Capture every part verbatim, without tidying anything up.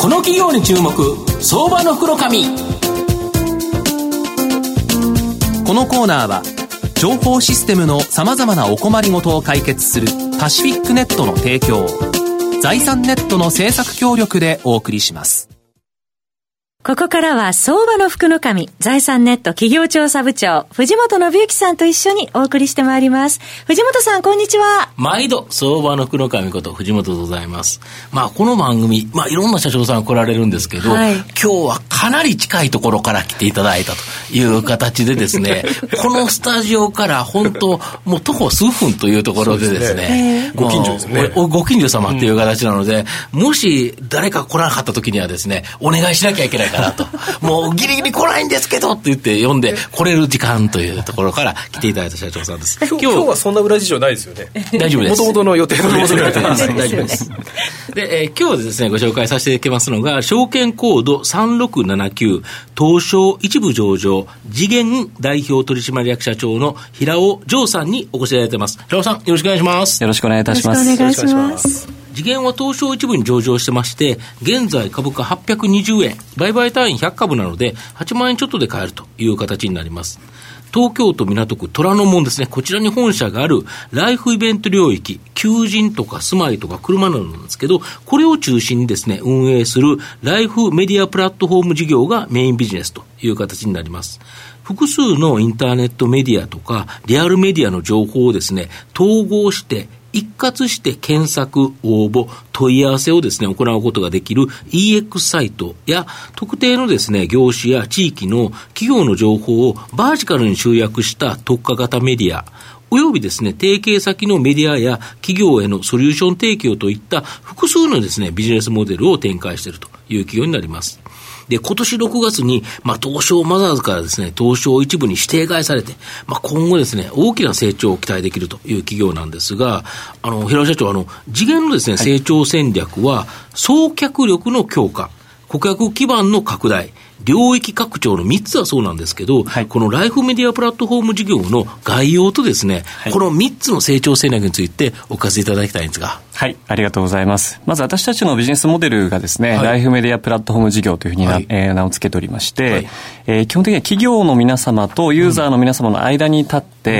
この企業に注目、相場の袋紙。このコーナーは情報システムのさまざまなお困りごとを解決するパシフィックネットの提供、財産ネットの制作協力でお送りします。 ここからは相場の福の神、財産ネット企業調査部長藤本信之さんと一緒にお送りしてまいります。藤本さん、こんにちは。 毎度相場の福の神こと藤本でございます。まあこの番組、まあいろんな社長さんが来られるんですけど、はい、今日はかなり近いところから来ていただいたという形でですねこのスタジオから本当もう徒歩数分というところでですね、 ご近所ですね。 ご, ご近所様っていう形なので、うん、もし誰か来なかった時にはですね、お願いしなきゃいけないかなともうギリギリ来ないんですけどって言って呼んで来れる時間というところから来ていただいた社長さんです。 今日、今日はそんな裏事情ないですよね。 大丈夫です。 元々の予定の大丈夫ですで、えー、今日ですねご紹介させていただきますのが、証券コードさんろくななきゅう東証一部上場次元代表取締役社長の平尾譲さんにお越しいただいています。平尾さん、よろしくお願いします。 よろしくお願いいたします。 よろしくお願いします。 次元は東証一部に上場してまして、現在株価はっぴゃくにじゅうえん、売買単位ひゃくかぶなのではちまんえんちょっとで買えるという形になります。東京都港区虎ノ門ですね、こちらに本社があるライフイベント領域、求人とか住まいとか車などなんですけど、これを中心にですね運営するライフメディアプラットフォーム事業がメインビジネスという形になります。複数のインターネットメディアとかリアルメディアの情報をですね統合して一括して検索、応募、問い合わせをですね、行うことができる イーエックス サイトや、特定のですね、業種や地域の企業の情報をバーチカルに集約した特化型メディア、およびですね、提携先のメディアや企業へのソリューション提供といった複数のですね、ビジネスモデルを展開しているという企業になります。で、今年ろくがつに、まあ、東証マザーズからですね、東証一部に指定買いされて、まあ、今後ですね、大きな成長を期待できるという企業なんですが、あの、平尾社長、あの、次元のですね、成長戦略は、送客力の強化、顧客基盤の拡大、領域拡張のみっつはそうなんですけど、はい、このライフメディアプラットフォーム事業の概要とですね、はい、このみっつの成長戦略についてお聞かせいただきたいんですが。 はい、ありがとうございます。まず私たちのビジネスモデルがですね、はい、ライフメディアプラットフォーム事業というふうにな、はいえー、名を付けておりまして、はいえー、基本的には企業の皆様とユーザーの皆様の間に立って、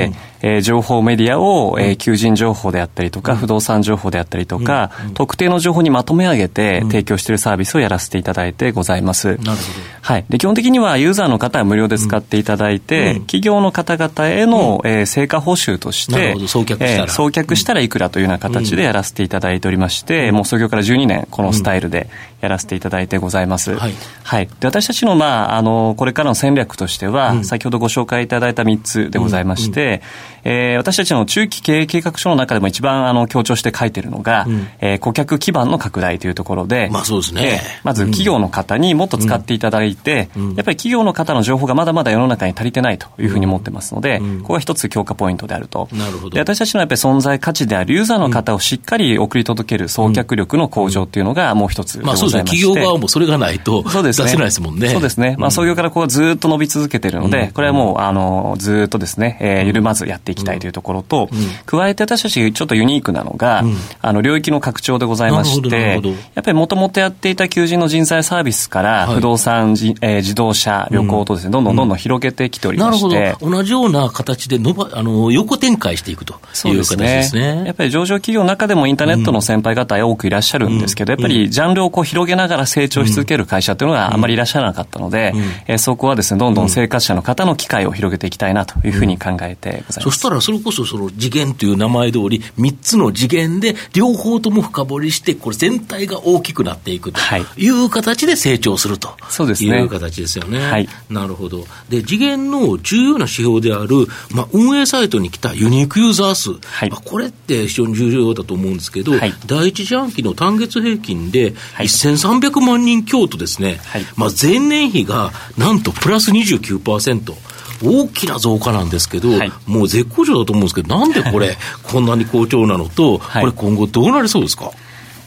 うんえー、情報メディアを、えー、求人情報であったりとか、うん、不動産情報であったりとか、うんうん、特定の情報にまとめ上げて、うん、提供しているサービスをやらせていただいてございます。なるほど。はい。で、基本的にはユーザーの方は無料で使っていただいて、うん、企業の方々への、うんえー、成果報酬として、 なるほど、送客したら、 えー、送客したらいくらというような形でやらせていただいておりまして、うん、もう創業からじゅうにねんこのスタイルでやらせていただいてございます。うん、はい。はい。で、私たちの、まあ、あの、これからの戦略としては、うん、先ほどご紹介いただいたみっつでございまして、うんうんえー、私たちの中期経営計画書の中でも一番あの強調して書いているのが、うんえー、顧客基盤の拡大というところで、 まあそうですね。 えー、まず企業の方にもっと使っていただいて、うん、やっぱり企業の方の情報がまだまだ世の中に足りてないというふうに思ってますので、うん、ここが一つ強化ポイントであると。なるほど。で、私たちのやっぱり存在価値であるユーザーの方をしっかり送り届ける送客力の向上というのがもう一つでございまして、うんまあ、そうですね。企業側もそれがないと出せないですもんね。 そうですね。まあ、創業からこうずっと伸び続けているので、うん、これはもうあのずっとですね、えー、緩まずやっていきたいというところと、うん、加えて私たちちょっとユニークなのが、うん、あの領域の拡張でございまして、やっぱりもともとやっていた求人の人材サービスから、はい、不動産、じえー、自動車、旅行とですね、うん、どんどんどんどん広げてきておりまして、 なるほど。同じような形でのばあの横展開していくという形ですね。 やっぱり上場企業の中でもインターネットの先輩方多くいらっしゃるんですけど、うん、やっぱりジャンルをこう広げながら成長し続ける会社というのがあまりいらっしゃらなかったので、うんえー、そこはですねどんどん生活者の方の機会を広げていきたいなというふうに考えてございます。 そしたらそれこそその次元という名前通りみっつの次元で両方とも深掘りしてこれ全体が大きくなっていくという形で成長するという形ですよね。はい、なるほど。で次元の重要な指標である、まあ、運営サイトに来たユニークユーザー数、はいまあ、これって非常に重要だと思うんですけど、はい、第一四半期の単月平均でせんさんびゃくまんにん強とですね、はいまあ、前年比がなんとプラス にじゅうきゅうパーセント大きな増加なんですけど、はい、もう絶好調だと思うんですけど、なんでこれこんなに好調なのと、はい、これ今後どうなりそうですか？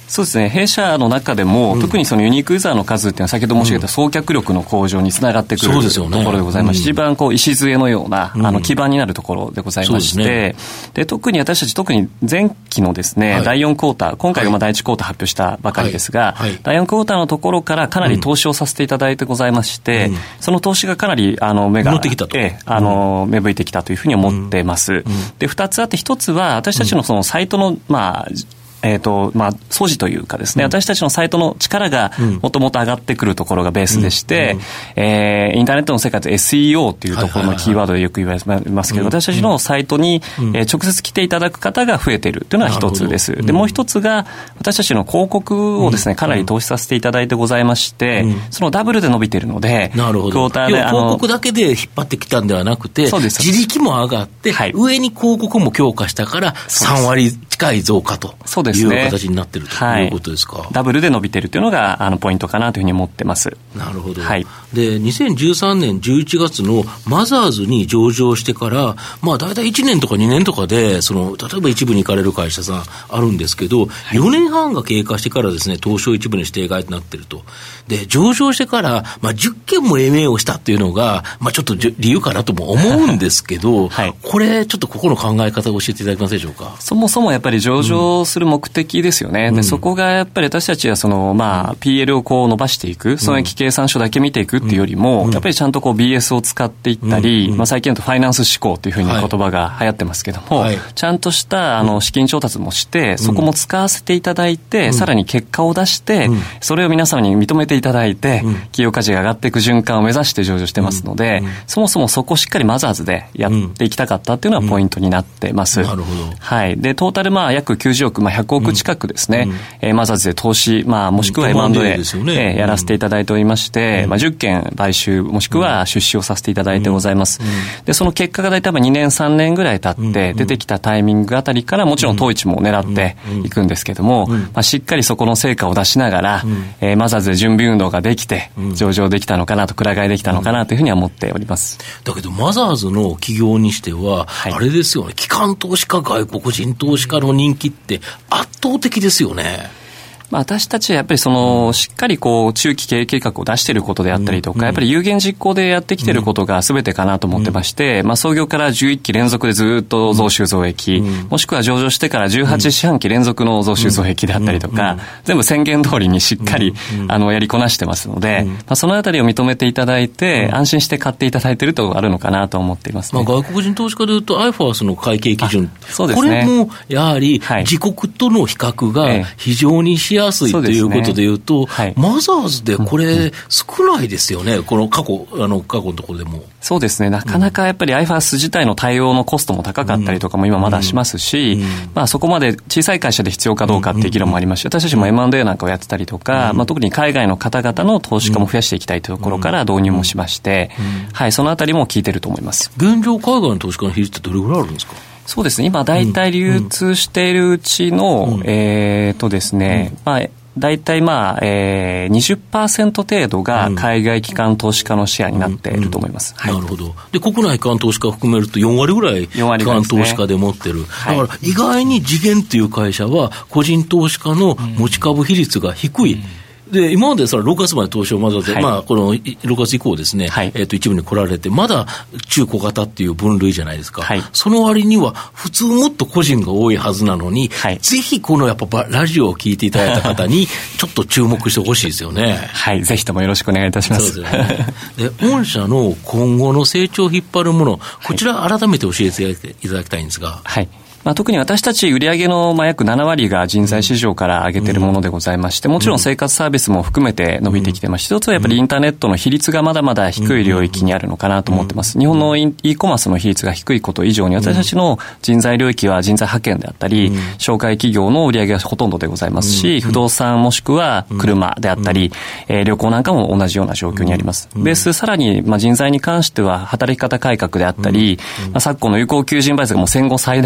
そうですね、弊社の中でも、うん、特にそのユニークユーザーの数っていうのは先ほど申し上げた送客力の向上につながってくる、うん、ところでございます。うん、一番こう礎のような、うん、あの基盤になるところでございまして、で、ね、特に私たち特に前期のですね、はい、だいよんクォーター、今回がまあだいいちクォーター発表したばかりですが、はいはい、だいよんクォーターのところからかなり投資をさせていただいてございまして、うん、その投資がかなりあの目が乗ってきたと、 ええ、あの、うん、芽吹いてきたというふうに思ってます。うんうん、で、二つあって、一つは私たちのそのサイトのまあえーとまあ、素地というかですね、うん、私たちのサイトの力がもともと上がってくるところがベースでして、うんうんえー、インターネットの世界と エスイーオー というところのキーワードでよく言われますけど、私たちのサイトに、うんえー、直接来ていただく方が増えているというのは一つです。で、もう一つが私たちの広告をですね、かなり投資させていただいてございまして、うん、そのダブルで伸びているので、 なるほど。クォーターで広告だけで引っ張ってきたんではなくて、自力も上がって、はい、上に広告も強化したからさんわり近い増加という形になっているということですか。 はい、ダブルで伸びているというのがあのポイントかなというふうに思ってます。 なるほど。はい、でにせんじゅうさんねんじゅういちがつのマザーズに上場してから、まあ、大体いちねんとかにねんとかでその例えば一部に行かれる会社さんあるんですけど、はい、よねんはんが経過してからですね、東証一部に指定外となっていると。で上場してから、まあ、じゅっけんも エムエー をしたっていうのが、まあ、ちょっと理由かなとも思うんですけど、はい、これちょっとここの考え方を教えていただけますでしょうか。 そもそもやっぱり上場する目的ですよね。うん、でそこがやっぱり私たちはその、まあ、ピーエル をこう伸ばしていく、損益計算書だけ見ていくっていうよりも、うん、やっぱりちゃんとこう ビーエス を使っていったり、うんまあ、最近だとファイナンス思考というふうに言葉が流行ってますけども、はい、ちゃんとしたあの資金調達もして、そこも使わせていただいて、うん、さらに結果を出して、うん、それを皆様に認めていただいて、うん、企業価値が上がっていく循環を目指して上場してますので、うんうん、そもそもそこをしっかりマザーズでやっていきたかったっていうのがポイントになってます。うんうん、なるほど。はい。で、トータルまあ約きゅうじゅうおく、まあ、ひゃくおく近くですね、うんえー、マザーズで投資、まあ、もしくは エムアンドエー、ねえー、やらせていただいておりまして、うんまあ、じゅっけん買収もしくは出資をさせていただいてございます。うんうん、で、その結果が大体にねんさんねんぐらい経って出てきたタイミングあたりからもちろん統一も狙っていくんですけども、うんうんまあ、しっかりそこの成果を出しながら、うんえー、マザーズで準備運動ができて上場できたのかなと、くら替えできたのかなというふうには思っております。 だけどマザーズの企業にしては、はい、あれですよね、機関投資家外国人投資家の人気って圧倒的ですよね。 まあ、私たちはやっぱりそのしっかりこう中期経営計画を出していることであったりとか、やっぱり有言実行でやってきていることが全てかなと思ってまして、まあ、創業からじゅういっき連続でずっと増収増益、もしくは上場してからじゅうはち四半期連続の増収増益であったりとか、全部宣言通りにしっかりあのやりこなしてますので、まあ、そのあたりを認めていただいて安心して買っていただいているところがあるのかなと思っていますね。 まあ、外国人投資家でいうと アイファース の会計基準、 そうですね、 これもやはり自国との比較が非常にしやすいということでいうと、はい、マザーズでこれ少ないですよね、うん、この過去あの過去のところでも。 そうですね、なかなかやっぱり アイファース 自体の対応のコストも高かったりとかも今まだしますし、うんうんまあ、そこまで小さい会社で必要かどうかっていう議論もありますし、私たちも エムアンドエー なんかをやってたりとか、うんまあ、特に海外の方々の投資家も増やしていきたいというところから導入もしまして、うんうんはい、そのあたりも効いてると思います。 現状海外の投資家の比率ってどれぐらいあるんですか。 そうですね、今大体流通しているうちの、うん、えーとですね、うんまあ大体まあ、えー、にじゅっパーセント 程度が海外機関投資家のシェアになっていると思います。 うんうんはい、なるほど。で、国内機関投資家を含めるとよんわりぐらい機関投資家で持ってる。ね、だから意外に次元っていう会社は個人投資家の持ち株比率が低い。うんうんで今までそのろくがつまで投資をまず、はいまあ、このろくがつ以降ですね、はいえー、と一部に来られてまだ中小型っていう分類じゃないですか、はい、その割には普通もっと個人が多いはずなのに、はい、ぜひこのやっぱラジオを聞いていただいた方にちょっと注目してほしいですよね。 はいぜひともよろしくお願いいたします。 そうですよね。で御社の今後の成長を引っ張るものこちら改めて教えていただきたいんですが、 はいまあ、特に私たち売上のまあ約ななわりが人材市場から上げているものでございまして、もちろん生活サービスも含めて伸びてきてます。一つはやっぱりインターネットの比率がまだまだ低い領域にあるのかなと思ってます。日本の e コマースの比率が低いこと以上に私たちの人材領域は人材派遣であったり、紹介企業の売上がほとんどでございますし、不動産もしくは車であったり、えー、旅行なんかも同じような状況にあります。ベースさらにまあ人材に関しては働き方改革であったり、まあ、昨今の有効求人倍率がもう戦後最大の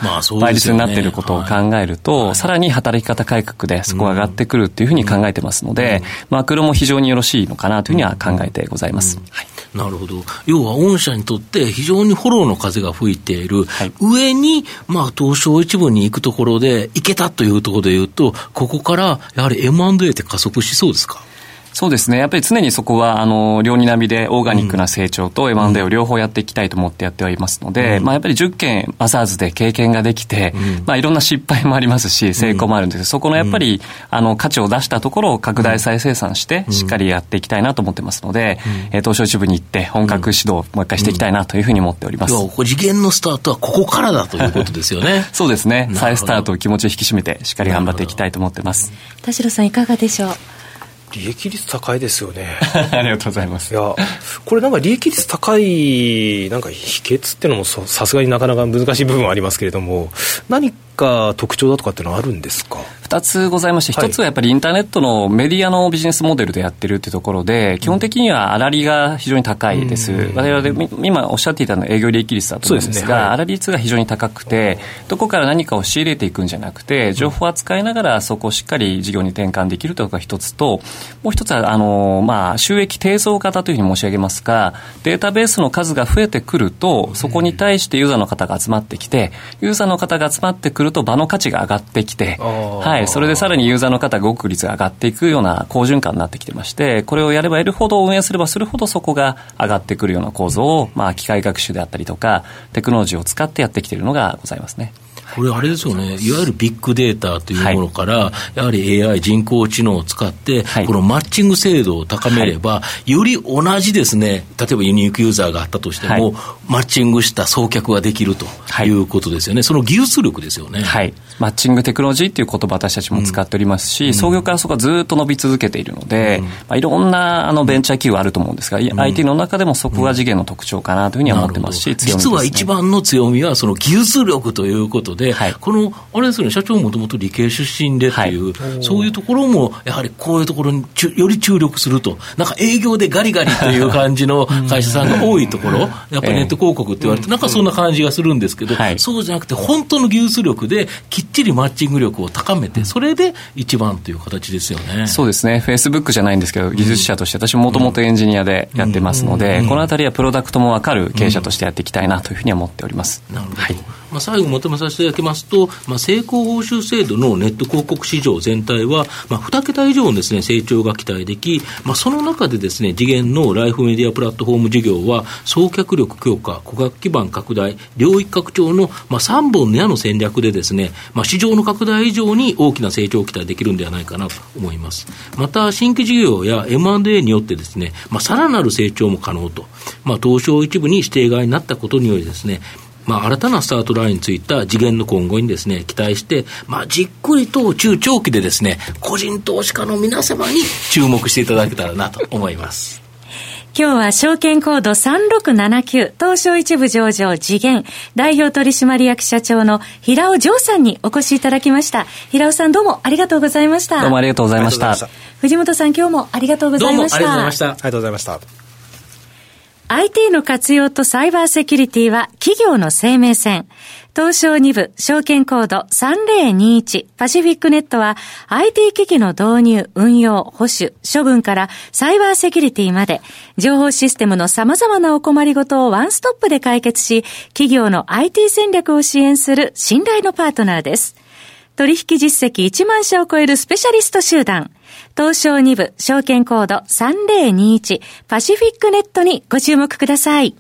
まあそうですよね、 倍率になっていることを考えると、はい、さらに働き方改革でそこが上がってくるというふうに考えてますので、うん、マクロも非常によろしいのかなというふうには考えてございます、うんうん、はい、 なるほど。要は御社にとって非常にフォローの風が吹いている、はい、上にまあ東証一部に行くところで行けたというところでいうと、ここからやはり エムアンドエー って加速しそうですか？ そうですね。やっぱり常にそこは、あの、両に並びでオーガニックな成長と エムアンドエー を両方やっていきたいと思ってやってはいますので、うん、まあやっぱりじゅっけんマザーズで経験ができて、うん、まあいろんな失敗もありますし、成功もあるんですけど、そこのやっぱり、あの、価値を出したところを拡大再生産して、しっかりやっていきたいなと思ってますので、うん、えー、東証一部に行って本格指導をもう一回していきたいなというふうに思っております。 うんうん、次元のスタートはここからだということですよね。 そうですね。再スタートを気持ちを引き締めて、しっかり頑張っていきたいと思ってます。 田代さんいかがでしょう？ 利益率高いですよね。 ありがとうございます。 いや、これなんか利益率高いなんか秘訣っていうのもさすがになかなか難しい部分はありますけれども、何か特徴だとかっていうのはあるんですか？ 二つございまして、一つはやっぱりインターネットのメディアのビジネスモデルでやってるっていうところで、基本的には粗利が非常に高いです。うん、我々今おっしゃっていたのは営業利益率だと思うんですが、粗利率が非常に高くて、どこから何かを仕入れていくんじゃなくて、情報を扱いながらそこをしっかり事業に転換できるというのが一つと、もう一つはあの、まあ、収益定増型というふうに申し上げますが、データベースの数が増えてくると、そこに対してユーザーの方が集まってきて、ユーザーの方が集まってくると場の価値が上がってきて、はい、それでさらにユーザーの方が合格率が上がっていくような好循環になってきてまして、これをやればやるほど、運営すればするほどそこが上がってくるような構造を、まあ、機械学習であったりとかテクノロジーを使ってやってきているのがございますね。 これあれですよね、いわゆるビッグデータというものから、はい、やはり エーアイ 人工知能を使って、はい、このマッチング精度を高めれば、はい、より同じですね、例えばユニークユーザーがあったとしても、はい、マッチングした送客ができるということですよね、はい、その技術力ですよね。 はい、マッチングテクノロジーという言葉私たちも使っておりますし、うん、創業からそこはずっと伸び続けているので、うん、まあ、いろんなあのベンチャー企業あると思うんですが、うん、アイティー の中でもそこが次元の特徴かなというふうには思ってますし、うん、強みですね。 実は一番の強みはその技術力ということで、はい、このあれですよね、社長もともと理系出身でっていう、はい、そういうところもやはりこういうところにより注力すると、なんか営業でガリガリという感じの会社さんが多いところ、やっぱりネット広告って言われて、なんかそんな感じがするんですけど、はい、そうじゃなくて本当の技術力できっちりマッチング力を高めて、それで一番という形ですよね。 そうですね、フェイスブックじゃないんですけど、技術者として私もともとエンジニアでやってますので、このあたりはプロダクトも分かる経営者としてやっていきたいなというふうに思っております。 なるほど、はい、まあ、最後まとめさせていただきますと、まあ、成功報酬制度のネット広告市場全体は、まあ、に桁以上のですね、成長が期待でき、まあ、その中でですね、次元のライフメディアプラットフォーム事業は、送客力強化、顧客基盤拡大、領域拡張の、まあ、さんぼんの矢の戦略でですね、まあ、市場の拡大以上に大きな成長を期待できるんではないかなと思います。また、新規事業や エムアンドエー によってですね、まあ、さらなる成長も可能と、まあ、東証一部に指定外になったことによりですね、まあ、新たなスタートラインについた次元の今後にですね、期待して、まあ、じっくりと中長期でですね、個人投資家の皆様に注目していただけたらなと思います。 今日は証券コードさんろくななきゅう東証一部上場次元代表取締役社長の平尾丈さんにお越しいただきました。平尾さん、どうもありがとうございました。 どうもありがとうございました。 藤本さん、今日もありがとうございました。 どうもありがとうございました。 ありがとうございました。 アイティー の活用とサイバーセキュリティは企業の生命線。東証に部証券コードさんぜろにいちパシフィックネットは アイティー 機器の導入、運用、保守、処分からサイバーセキュリティまで情報システムの様々なお困りごとをワンストップで解決し、企業の アイティー 戦略を支援する信頼のパートナーです。取引実績いちまん社を超えるスペシャリスト集団。東証に部証券コードさんぜろにいちパシフィックネットにご注目ください。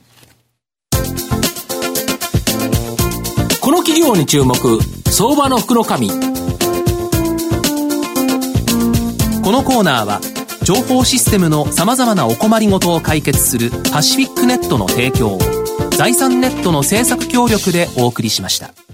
この企業に注目、相場の福の神。このコーナーは情報システムのさまざまなお困りごとを解決するパシフィックネットの提供を財産ネットの制作協力でお送りしました。